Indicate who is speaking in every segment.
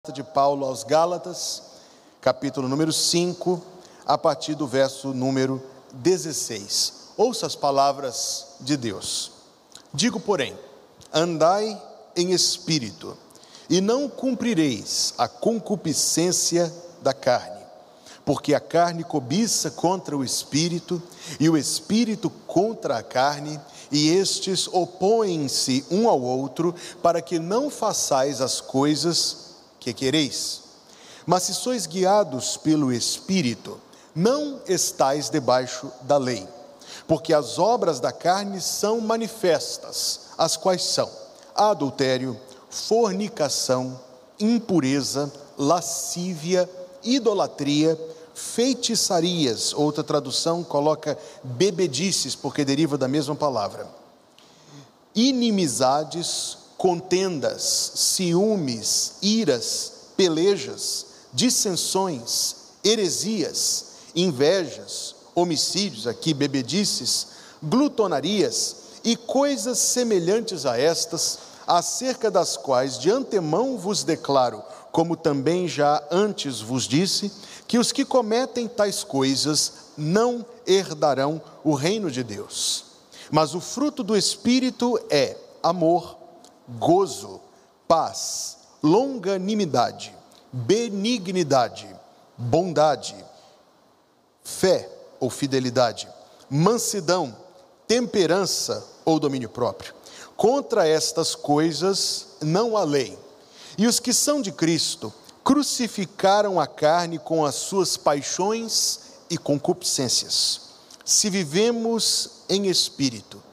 Speaker 1: De Paulo aos Gálatas, capítulo número 5, a partir do verso número 16. Ouça as palavras de Deus. Digo, porém, andai em espírito, e não cumprireis a concupiscência da carne, porque a carne cobiça contra o espírito, e o espírito contra a carne, e estes opõem-se um ao outro, para que não façais as coisas que quereis. Mas se sois guiados pelo Espírito, não estais debaixo da lei, porque as obras da carne são manifestas, as quais são adultério, fornicação, impureza, lascívia, idolatria, feitiçarias. Outra tradução coloca bebedices, porque deriva da mesma palavra. Inimizades, contendas, ciúmes, iras, pelejas, dissensões, heresias, invejas, homicídios, aqui bebedices, glutonarias e coisas semelhantes a estas, acerca das quais de antemão vos declaro, como também já antes vos disse, que os que cometem tais coisas não herdarão o reino de Deus. Mas o fruto do Espírito é amor, gozo, paz, longanimidade, benignidade, bondade, fé ou fidelidade, mansidão, temperança ou domínio próprio. Contra estas coisas não há lei. E os que são de Cristo crucificaram a carne com as suas paixões e concupiscências. Se vivemos em espírito,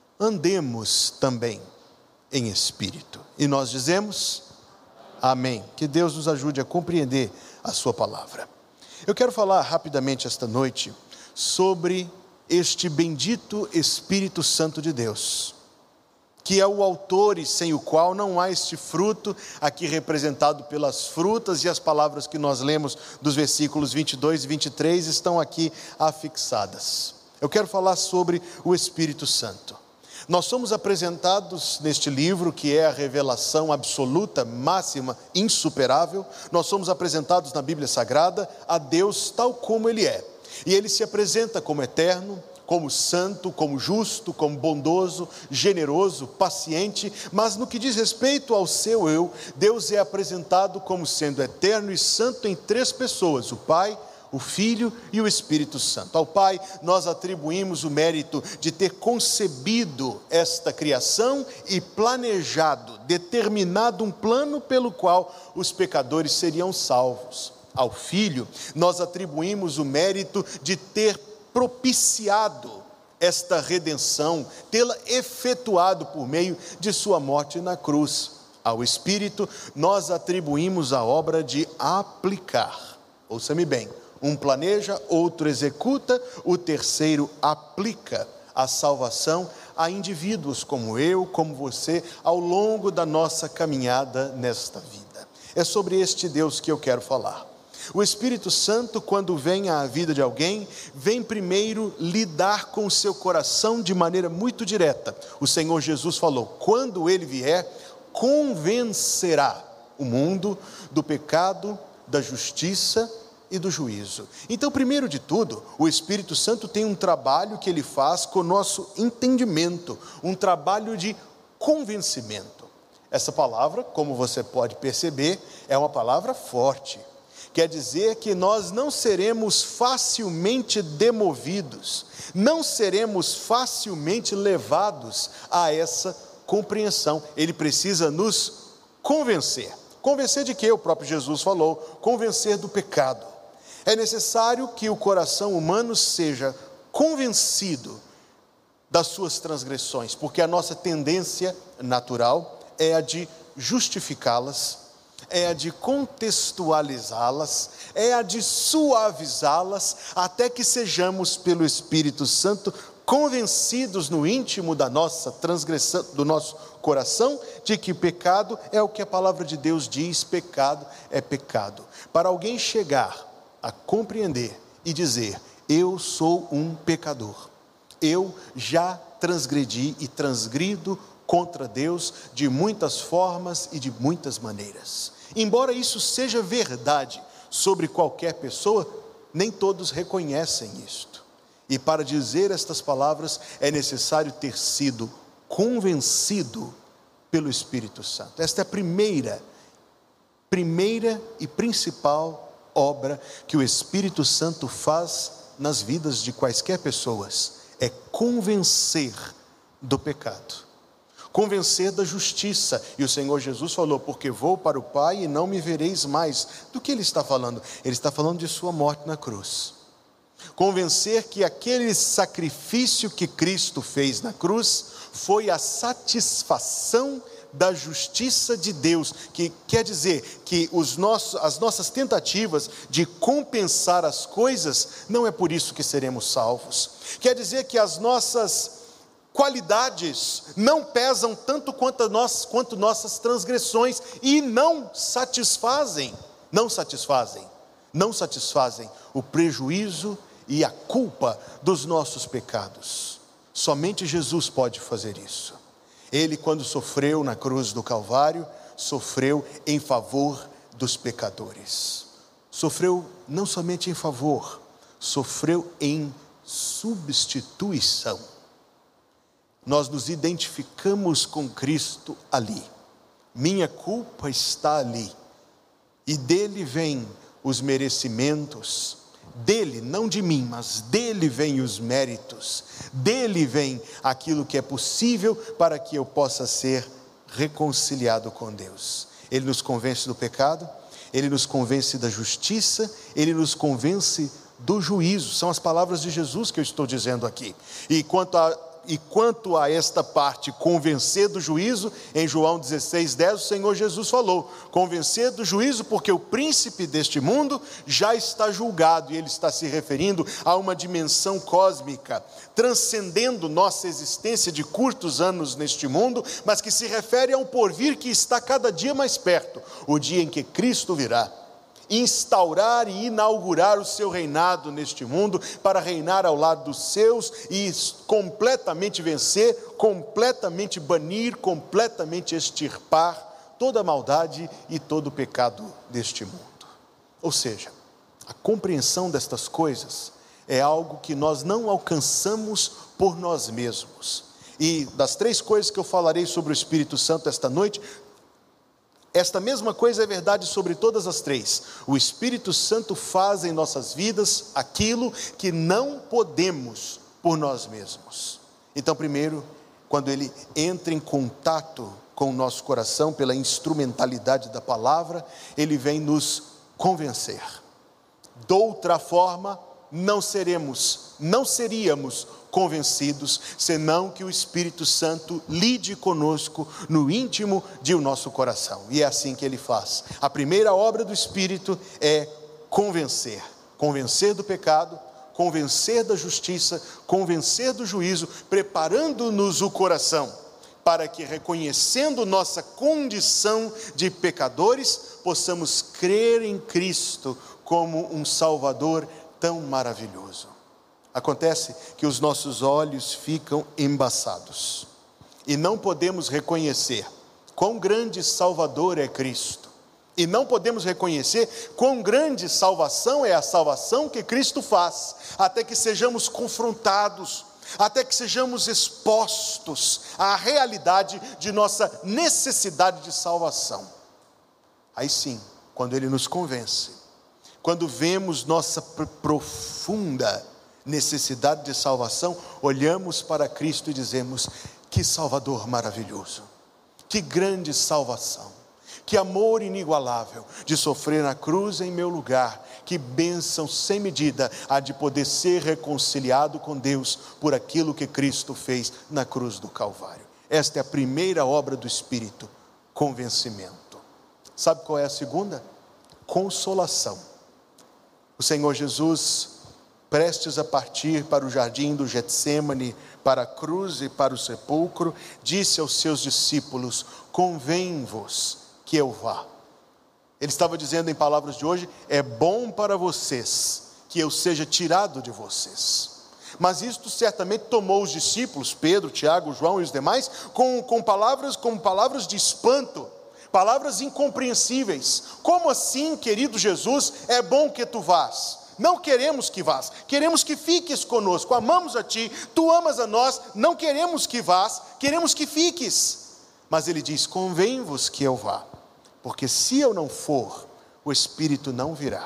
Speaker 1: andemos também em espírito. E nós dizemos amém. Que Deus nos ajude a compreender a sua palavra. Eu quero falar rapidamente esta noite sobre este bendito Espírito Santo de Deus, que é o autor e sem o qual não há este fruto, aqui representado pelas frutas, e as palavras que nós lemos dos versículos 22 e 23 estão aqui afixadas. Eu quero falar sobre o Espírito Santo. Nós somos apresentados neste livro, que é a revelação absoluta, máxima, insuperável. Nós somos apresentados na Bíblia Sagrada a Deus tal como Ele é. E Ele se apresenta como eterno, como santo, como justo, como bondoso, generoso, paciente. Mas no que diz respeito ao seu eu, Deus é apresentado como sendo eterno e santo em três pessoas: o Pai, o Filho e o Espírito Santo. Ao Pai nós atribuímos o mérito de ter concebido esta criação e planejado, determinado um plano pelo qual os pecadores seriam salvos. Ao Filho nós atribuímos o mérito de ter propiciado esta redenção, tê-la efetuado por meio de sua morte na cruz. Ao Espírito nós atribuímos a obra de aplicar. Ouça-me bem. Um planeja, outro executa, o terceiro aplica a salvação a indivíduos como eu, como você, ao longo da nossa caminhada nesta vida. É sobre este Deus que eu quero falar. O Espírito Santo, quando vem à vida de alguém, vem primeiro lidar com o seu coração de maneira muito direta. O Senhor Jesus falou: quando Ele vier, convencerá o mundo do pecado, da justiça e do juízo. Então, primeiro de tudo, o Espírito Santo tem um trabalho que Ele faz com o nosso entendimento, um trabalho de convencimento. Essa palavra, como você pode perceber, é uma palavra forte. Quer dizer que nós não seremos facilmente demovidos, não seremos facilmente levados a essa compreensão. Ele precisa nos convencer. Convencer de quê? O próprio Jesus falou: convencer do pecado. É necessário que o coração humano seja convencido das suas transgressões, porque a nossa tendência natural é a de justificá-las, é a de contextualizá-las, é a de suavizá-las, até que sejamos, pelo Espírito Santo, convencidos no íntimo da nossa transgressão, do nosso coração, de que pecado é o que a palavra de Deus diz: pecado é pecado. Para alguém chegar a compreender e dizer: eu sou um pecador, eu já transgredi e transgrido contra Deus de muitas formas e de muitas maneiras. Embora isso seja verdade sobre qualquer pessoa, nem todos reconhecem isto. E para dizer estas palavras é necessário ter sido convencido pelo Espírito Santo. Esta é a primeira e principal obra que o Espírito Santo faz nas vidas de quaisquer pessoas, é convencer do pecado, convencer da justiça. E o Senhor Jesus falou: porque vou para o Pai e não me vereis mais. Do que ele está falando? Ele está falando de sua morte na cruz. Convencer que aquele sacrifício que Cristo fez na cruz foi a satisfação da justiça de Deus, que quer dizer que as nossas tentativas de compensar as coisas, não é por isso que seremos salvos. Quer dizer que as nossas qualidades não pesam tanto quanto nossas transgressões, e não satisfazem o prejuízo e a culpa dos nossos pecados. Somente Jesus pode fazer isso. Ele, quando sofreu na cruz do Calvário, sofreu em favor dos pecadores. Sofreu não somente em favor, sofreu em substituição. Nós nos identificamos com Cristo ali. Minha culpa está ali. E dele vêm os merecimentos. Dele, não de mim, mas dele vêm os méritos. Dele vem aquilo que é possível para que eu possa ser reconciliado com Deus. Ele nos convence do pecado, ele nos convence da justiça, ele nos convence do juízo. São as palavras de Jesus que eu estou dizendo aqui. E quanto a esta parte, convencer do juízo, em João 16:10, o Senhor Jesus falou: convencer do juízo, porque o príncipe deste mundo já está julgado. E ele está se referindo a uma dimensão cósmica, transcendendo nossa existência de curtos anos neste mundo, mas que se refere a um porvir que está cada dia mais perto, o dia em que Cristo virá instaurar e inaugurar o seu reinado neste mundo, para reinar ao lado dos seus e completamente vencer, completamente banir, completamente extirpar toda a maldade e todo o pecado deste mundo. Ou seja, a compreensão destas coisas é algo que nós não alcançamos por nós mesmos. E das 3 coisas que eu falarei sobre o Espírito Santo esta noite, esta mesma coisa é verdade sobre todas as 3. O Espírito Santo faz em nossas vidas aquilo que não podemos por nós mesmos. Então, primeiro, quando ele entra em contato com o nosso coração pela instrumentalidade da palavra, ele vem nos convencer. De outra forma, não seríamos convencidos, senão que o Espírito Santo lide conosco no íntimo de o nosso coração. E é assim que ele faz. A primeira obra do Espírito é convencer. Convencer do pecado, convencer da justiça, convencer do juízo, preparando-nos o coração, para que, reconhecendo nossa condição de pecadores, possamos crer em Cristo como um Salvador tão maravilhoso. Acontece que os nossos olhos ficam embaçados e não podemos reconhecer quão grande Salvador é Cristo, e não podemos reconhecer quão grande salvação é a salvação que Cristo faz, até que sejamos confrontados, até que sejamos expostos à realidade de nossa necessidade de salvação. Aí sim, quando ele nos convence, quando vemos nossa profunda necessidade de salvação, olhamos para Cristo e dizemos: que Salvador maravilhoso, que grande salvação, que amor inigualável de sofrer na cruz em meu lugar, que bênção sem medida há de poder ser reconciliado com Deus por aquilo que Cristo fez na cruz do Calvário. Esta é a primeira obra do Espírito, convencimento. Sabe qual é a segunda? Consolação. O Senhor Jesus, prestes a partir para o jardim do Getsêmani, para a cruz e para o sepulcro, disse aos seus discípulos: convém-vos que eu vá. Ele estava dizendo em palavras de hoje: é bom para vocês que eu seja tirado de vocês. Mas isto certamente tomou os discípulos, Pedro, Tiago, João e os demais, com palavras de espanto, palavras incompreensíveis. Como assim, querido Jesus, é bom que tu vás? Não queremos que vás, queremos que fiques conosco, amamos a ti, tu amas a nós, não queremos que vás, queremos que fiques. Mas ele diz: convém-vos que eu vá, porque se eu não for, o Espírito não virá.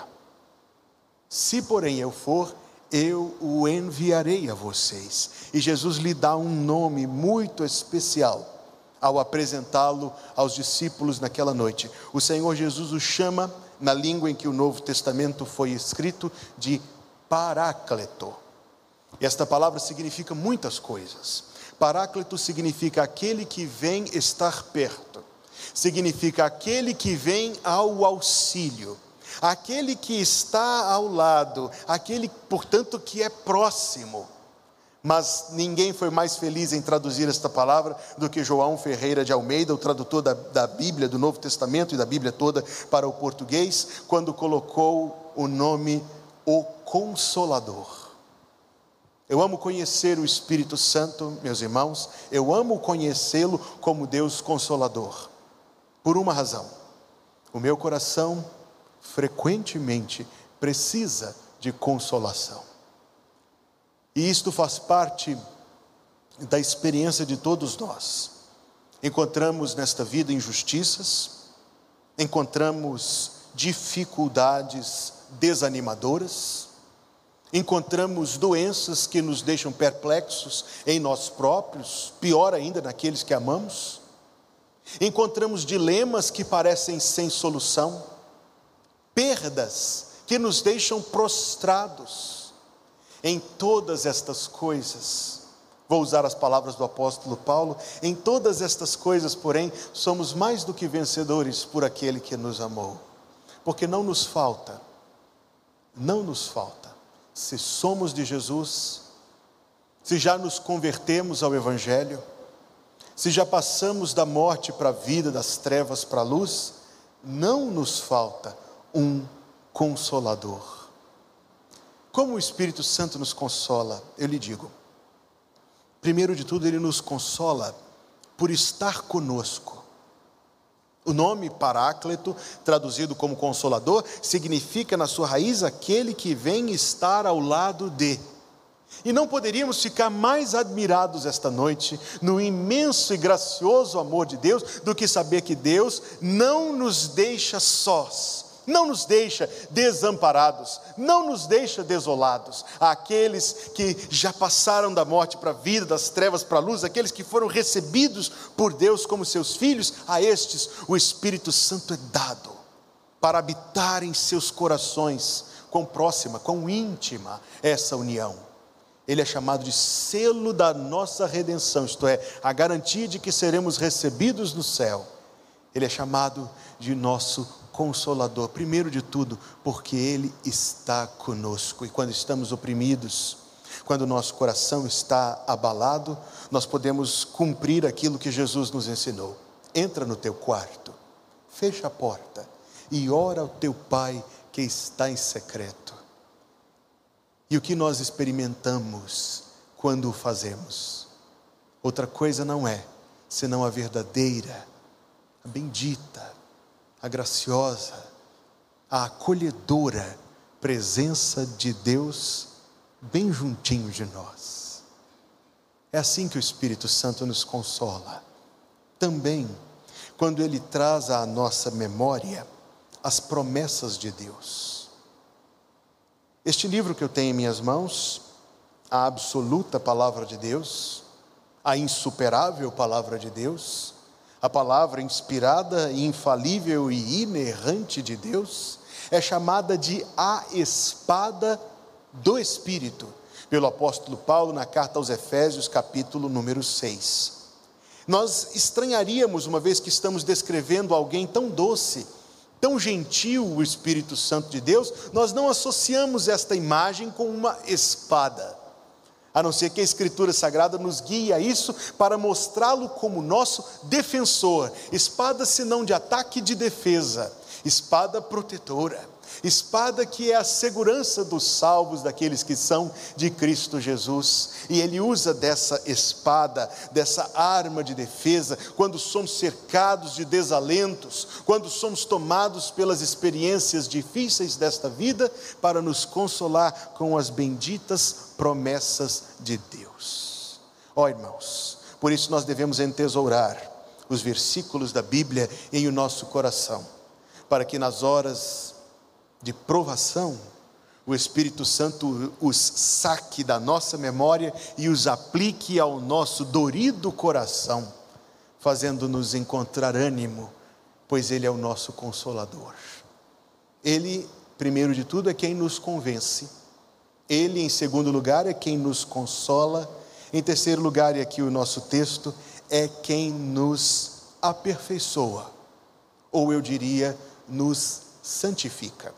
Speaker 1: Se porém eu for, eu o enviarei a vocês. E Jesus lhe dá um nome muito especial ao apresentá-lo aos discípulos naquela noite. O Senhor Jesus o chama, na língua em que o Novo Testamento foi escrito, de Paráclito. E esta palavra significa muitas coisas. Paráclito significa aquele que vem estar perto, significa aquele que vem ao auxílio, aquele que está ao lado, aquele, portanto, que é próximo. Mas ninguém foi mais feliz em traduzir esta palavra do que João Ferreira de Almeida, o tradutor da Bíblia, do Novo Testamento e da Bíblia toda para o português, quando colocou o nome O Consolador. Eu amo conhecer o Espírito Santo, meus irmãos, eu amo conhecê-lo como Deus Consolador, por uma razão: o meu coração frequentemente precisa de consolação. E isto faz parte da experiência de todos nós. Encontramos nesta vida injustiças, encontramos dificuldades desanimadoras, encontramos doenças que nos deixam perplexos em nós próprios, pior ainda naqueles que amamos, encontramos dilemas que parecem sem solução, perdas que nos deixam prostrados. Em todas estas coisas, vou usar as palavras do apóstolo Paulo, em todas estas coisas, porém, somos mais do que vencedores por aquele que nos amou. Porque não nos falta, se somos de Jesus, se já nos convertemos ao Evangelho, se já passamos da morte para a vida, das trevas para a luz, não nos falta um Consolador. Como o Espírito Santo nos consola? Eu lhe digo, primeiro de tudo, ele nos consola por estar conosco. O nome Paráclito, traduzido como Consolador, significa na sua raiz aquele que vem estar ao lado de. E não poderíamos ficar mais admirados esta noite no imenso e gracioso amor de Deus do que saber que Deus não nos deixa sós, não nos deixa desamparados, não nos deixa desolados. Aqueles que já passaram da morte para a vida, das trevas para a luz, aqueles que foram recebidos por Deus como seus filhos, a estes o Espírito Santo é dado para habitar em seus corações. Quão próxima, quão íntima essa união. Ele é chamado de selo da nossa redenção, isto é, a garantia de que seremos recebidos no céu. Ele é chamado de nosso Consolador, primeiro de tudo, porque Ele está conosco. E quando estamos oprimidos, quando o nosso coração está abalado, nós podemos cumprir aquilo que Jesus nos ensinou. Entra no teu quarto, fecha a porta e ora ao teu Pai que está em secreto. E o que nós experimentamos quando o fazemos? Outra coisa não é, senão a verdadeira, a bendita, a graciosa, a acolhedora presença de Deus bem juntinho de nós. É assim que o Espírito Santo nos consola. Também, quando Ele traz à nossa memória as promessas de Deus. Este livro que eu tenho em minhas mãos, a absoluta palavra de Deus, a insuperável palavra de Deus, a palavra inspirada, infalível e inerrante de Deus, é chamada de a espada do Espírito, pelo apóstolo Paulo na carta aos Efésios, capítulo número 6. Nós estranharíamos, uma vez que estamos descrevendo alguém tão doce, tão gentil, o Espírito Santo de Deus, nós não associamos esta imagem com uma espada, a não ser que a Escritura Sagrada nos guie a isso para mostrá-lo como nosso defensor. Espada, senão de ataque e de defesa. espada protetora, espada que é a segurança dos salvos, daqueles que são de Cristo Jesus. E ele usa dessa espada, dessa arma de defesa, quando somos cercados de desalentos, quando somos tomados pelas experiências difíceis desta vida, para nos consolar com as benditas promessas de Deus. Ó irmãos, por isso nós devemos entesourar os versículos da Bíblia em o nosso coração, para que nas horas de provação, o Espírito Santo os saque da nossa memória e os aplique ao nosso dorido coração, fazendo-nos encontrar ânimo, pois Ele é o nosso Consolador. Ele, primeiro de tudo, é quem nos convence. Ele, em segundo lugar, é quem nos consola. Em terceiro lugar, e aqui o nosso texto, é quem nos aperfeiçoa, ou eu diria, nos santifica.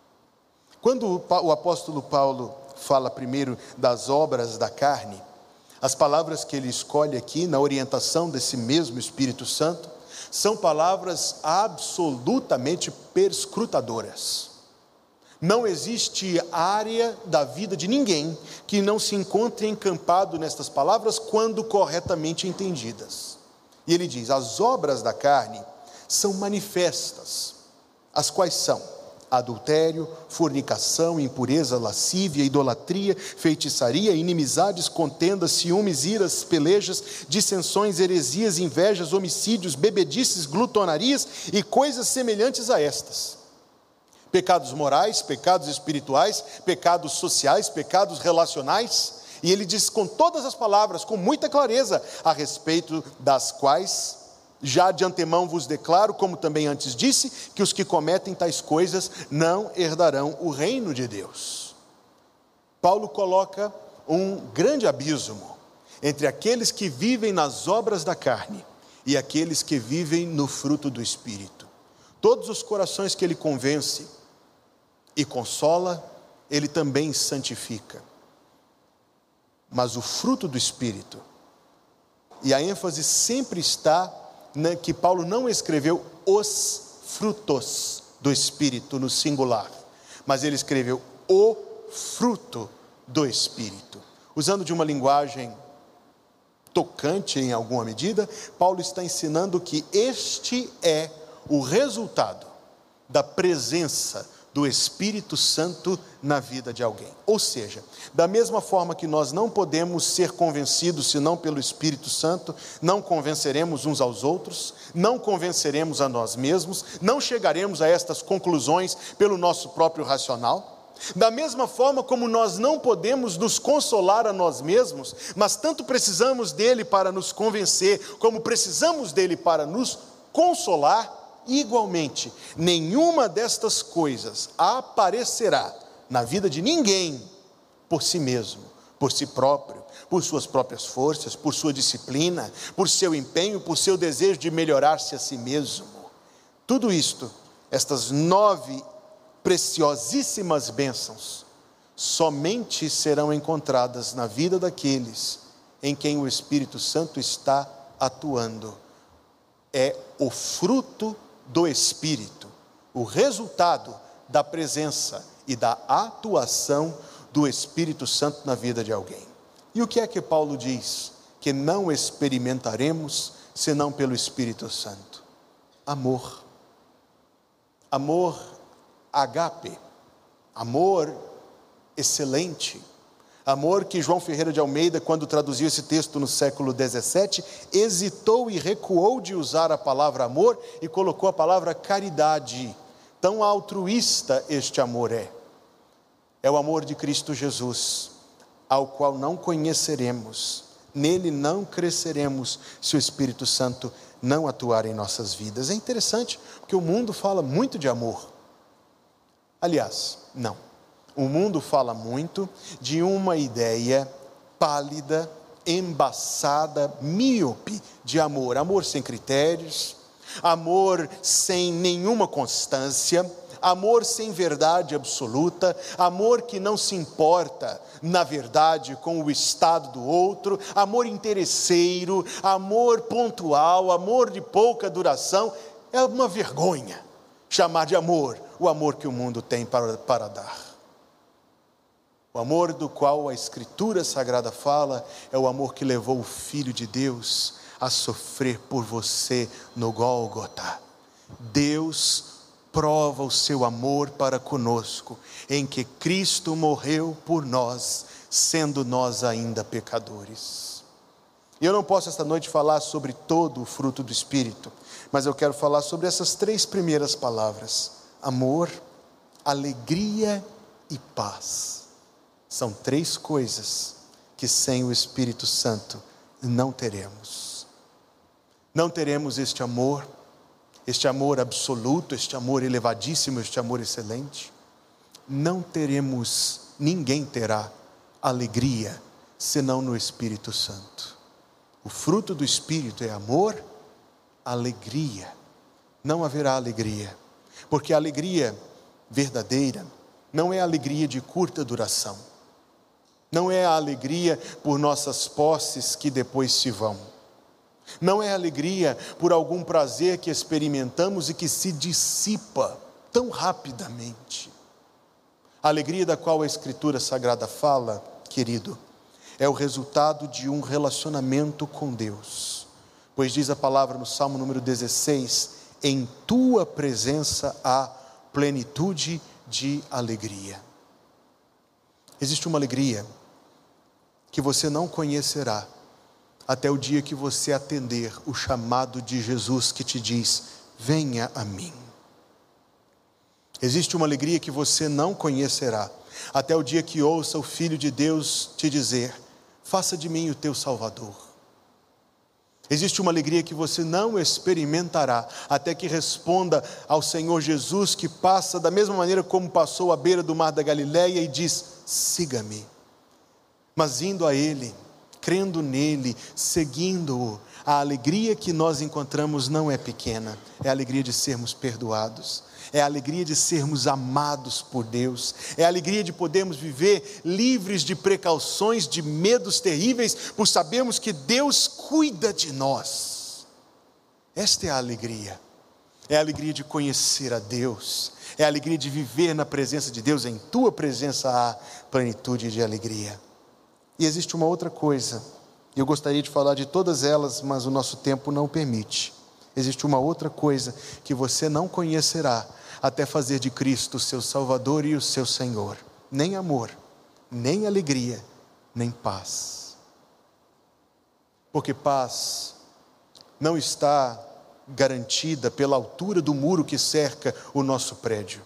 Speaker 1: Quando o apóstolo Paulo fala primeiro das obras da carne, as palavras que ele escolhe aqui, na orientação desse mesmo Espírito Santo, são palavras absolutamente perscrutadoras. Não existe área da vida de ninguém que não se encontre encampado nestas palavras quando corretamente entendidas. E ele diz: as obras da carne são manifestas, as quais são adultério, fornicação, impureza, lascívia, idolatria, feitiçaria, inimizades, contendas, ciúmes, iras, pelejas, dissensões, heresias, invejas, homicídios, bebedices, glutonarias e coisas semelhantes a estas. Pecados morais, pecados espirituais, pecados sociais, pecados relacionais. E ele diz com todas as palavras, com muita clareza, a respeito das quais já de antemão vos declaro, como também antes disse, que os que cometem tais coisas não herdarão o reino de Deus. Paulo coloca um grande abismo entre aqueles que vivem nas obras da carne e aqueles que vivem no fruto do Espírito. Todos os corações que ele convence e consola, ele também santifica. Mas o fruto do Espírito, e a ênfase sempre está que Paulo não escreveu os frutos do Espírito no singular, mas ele escreveu o fruto do Espírito. Usando de uma linguagem tocante em alguma medida, Paulo está ensinando que este é o resultado da presença do Espírito Santo na vida de alguém. Ou seja, da mesma forma que nós não podemos ser convencidos senão pelo Espírito Santo, não convenceremos uns aos outros, não convenceremos a nós mesmos, não chegaremos a estas conclusões pelo nosso próprio racional. Da mesma forma como nós não podemos nos consolar a nós mesmos, mas tanto precisamos dele para nos convencer, como precisamos dele para nos consolar, igualmente, nenhuma destas coisas aparecerá na vida de ninguém por si mesmo, por si próprio, por suas próprias forças, por sua disciplina, por seu empenho, por seu desejo de melhorar-se a si mesmo. Tudo isto, estas 9 preciosíssimas bênçãos, somente serão encontradas na vida daqueles em quem o Espírito Santo está atuando. É o fruto do Espírito, o resultado da presença e da atuação do Espírito Santo na vida de alguém. E o que é que Paulo diz? Que não experimentaremos senão pelo Espírito Santo. Amor. Amor agape. Amor excelente. Amor que João Ferreira de Almeida, quando traduziu esse texto no século 17, hesitou e recuou de usar a palavra amor e colocou a palavra caridade. Tão altruísta este amor é. É o amor de Cristo Jesus, ao qual não conheceremos, nele não cresceremos, se o Espírito Santo não atuar em nossas vidas. É interessante, porque o mundo fala muito de amor. Aliás, não. O mundo fala muito de uma ideia pálida, embaçada, míope de amor. Amor sem critérios, amor sem nenhuma constância, amor sem verdade absoluta, amor que não se importa, na verdade, com o estado do outro, amor interesseiro, amor pontual, amor de pouca duração. É uma vergonha chamar de amor o amor que o mundo tem para dar. O amor do qual a Escritura Sagrada fala é o amor que levou o Filho de Deus a sofrer por você no Gólgota. Deus prova o seu amor para conosco, em que Cristo morreu por nós, sendo nós ainda pecadores. E eu não posso esta noite falar sobre todo o fruto do Espírito, mas eu quero falar sobre essas 3 primeiras palavras: amor, alegria e paz. São 3 coisas que sem o Espírito Santo não teremos. Não teremos este amor absoluto, este amor elevadíssimo, este amor excelente. Não teremos, ninguém terá alegria senão no Espírito Santo. O fruto do Espírito é amor, alegria. Não haverá alegria, porque a alegria verdadeira não é a alegria de curta duração. Não é a alegria por nossas posses que depois se vão. Não é alegria por algum prazer que experimentamos e que se dissipa tão rapidamente. A alegria da qual a Escritura Sagrada fala, querido, é o resultado de um relacionamento com Deus. Pois diz a palavra no Salmo número 16: em tua presença há plenitude de alegria. Existe uma alegria que você não conhecerá até o dia que você atender o chamado de Jesus que te diz: venha a mim. Existe uma alegria que você não conhecerá até o dia que ouça o Filho de Deus te dizer: faça de mim o teu Salvador. Existe uma alegria que você não experimentará até que responda ao Senhor Jesus, que passa da mesma maneira como passou à beira do mar da Galileia e diz: siga-me. Mas indo a Ele, crendo nele, seguindo-o, a alegria que nós encontramos não é pequena. É a alegria de sermos perdoados, é a alegria de sermos amados por Deus, é a alegria de podermos viver livres de precauções, de medos terríveis, por sabermos que Deus cuida de nós. Esta é a alegria. É a alegria de conhecer a Deus, é a alegria de viver na presença de Deus. Em tua presença há plenitude de alegria. E existe uma outra coisa, e eu gostaria de falar de todas elas, mas o nosso tempo não permite. Existe uma outra coisa que você não conhecerá até fazer de Cristo o seu Salvador e o seu Senhor: nem amor, nem alegria, nem paz. Porque paz não está garantida pela altura do muro que cerca o nosso prédio.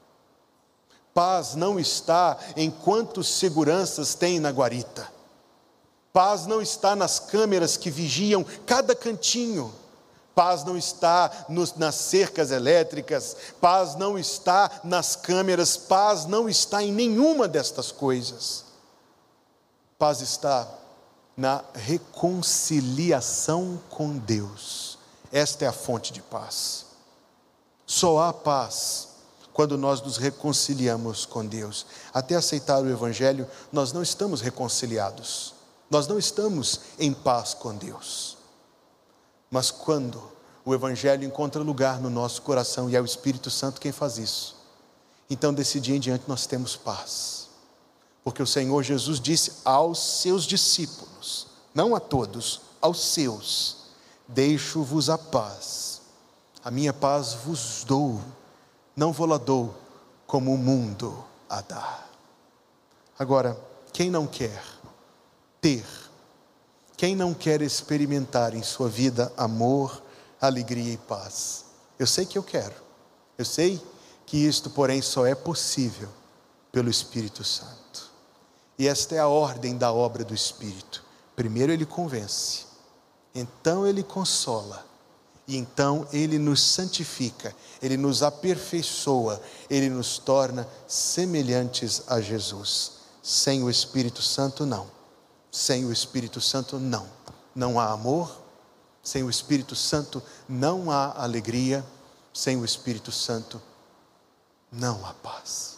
Speaker 1: Paz não está em quantos seguranças tem na guarita. Paz não está nas câmeras que vigiam cada cantinho. Paz não está nas cercas elétricas. Paz não está nas câmeras. Paz não está em nenhuma destas coisas. Paz está na reconciliação com Deus. Esta é a fonte de paz. Só há paz quando nós nos reconciliamos com Deus. Até aceitar o Evangelho, nós não estamos reconciliados. Nós não estamos em paz com Deus. Mas quando o Evangelho encontra lugar no nosso coração, e é o Espírito Santo quem faz isso, então desse dia em diante nós temos paz. Porque o Senhor Jesus disse aos seus discípulos, não a todos, aos seus: deixo-vos a paz, a minha paz vos dou, não vou-la dou como o mundo a dá. Agora, quem não quer ter, quem não quer experimentar em sua vida amor, alegria e paz? Eu sei que eu quero, eu sei que isto, porém, só é possível pelo Espírito Santo. E esta é a ordem da obra do Espírito: primeiro Ele convence, então Ele consola, e então Ele nos santifica, Ele nos aperfeiçoa, Ele nos torna semelhantes a Jesus. Sem o Espírito Santo, não. Sem o Espírito Santo, não. Não há amor. Sem o Espírito Santo, não há alegria. Sem o Espírito Santo, não há paz.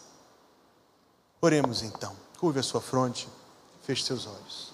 Speaker 1: Oremos então. Curve a sua fronte, feche seus olhos.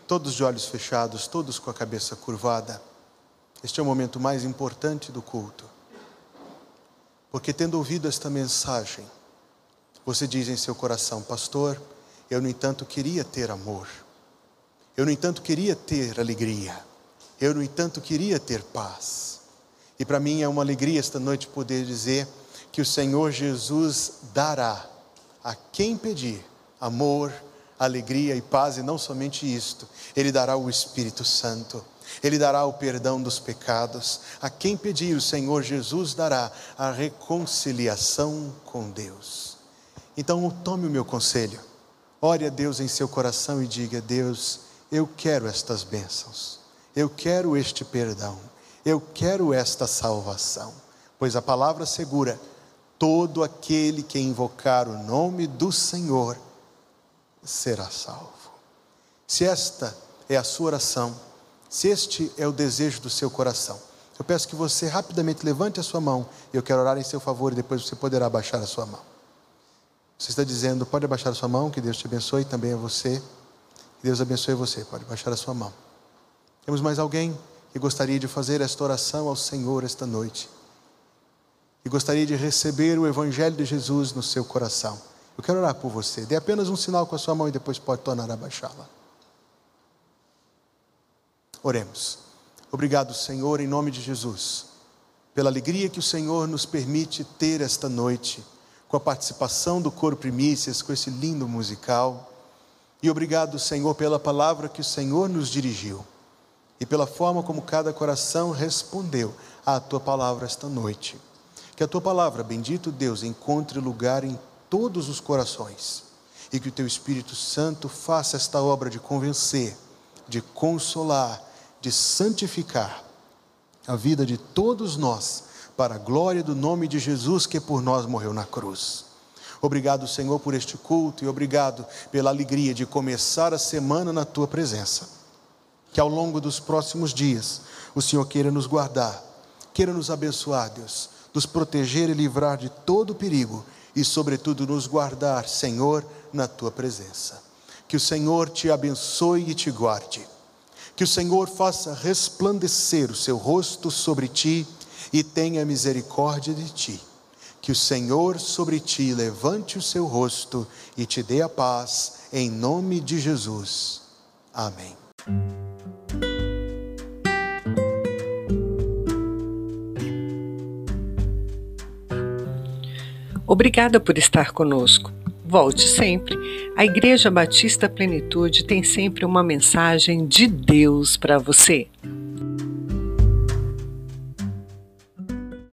Speaker 1: todos de olhos fechados, todos com a cabeça curvada. Este é o momento mais importante do culto. Porque tendo ouvido esta mensagem, você diz em seu coração: pastor, eu no entanto queria ter amor. Eu no entanto queria ter alegria. Eu no entanto queria ter paz. E para mim é uma alegria esta noite poder dizer que o Senhor Jesus dará a quem pedir amor, alegria e paz, e não somente isto, Ele dará o Espírito Santo, Ele dará o perdão dos pecados. A quem pedir, o Senhor Jesus dará a reconciliação com Deus. Então tome o meu conselho, ore a Deus em seu coração e diga: Deus, eu quero estas bênçãos, eu quero este perdão, eu quero esta salvação, pois a palavra assegura: todo aquele que invocar o nome do Senhor será salvo. Se esta é a sua oração, se este é o desejo do seu coração, eu peço que você rapidamente levante a sua mão, e eu quero orar em seu favor, e depois você poderá abaixar a sua mão. Você está dizendo: pode abaixar a sua mão, que Deus te abençoe, também a você, que Deus abençoe você, pode abaixar a sua mão. Temos mais alguém que gostaria de fazer esta oração ao Senhor esta noite, e gostaria de receber o Evangelho de Jesus no seu coração? Eu quero orar por você. Dê apenas um sinal com a sua mão e depois pode tornar a baixá-la. Oremos. Obrigado, Senhor, em nome de Jesus, pela alegria que o Senhor nos permite ter esta noite, com a participação do coro Primícias, com esse lindo musical. E obrigado, Senhor, pela palavra que o Senhor nos dirigiu, e pela forma como cada coração respondeu à Tua palavra esta noite. Que a Tua palavra, bendito Deus, encontre lugar em todos os corações, e que o Teu Espírito Santo faça esta obra de convencer, de consolar, de santificar a vida de todos nós, para a glória do nome de Jesus, que por nós morreu na cruz. Obrigado, Senhor, por este culto, e obrigado pela alegria de começar a semana na Tua presença. Que ao longo dos próximos dias o Senhor queira nos guardar, queira nos abençoar, Deus, nos proteger e livrar de todo perigo, e sobretudo nos guardar, Senhor, na Tua presença. Que o Senhor te abençoe e te guarde. Que o Senhor faça resplandecer o seu rosto sobre ti e tenha misericórdia de ti. Que o Senhor sobre ti levante o seu rosto e te dê a paz, em nome de Jesus. Amém.
Speaker 2: Obrigada por estar conosco. Volte sempre. A Igreja Batista Plenitude tem sempre uma mensagem de Deus para você.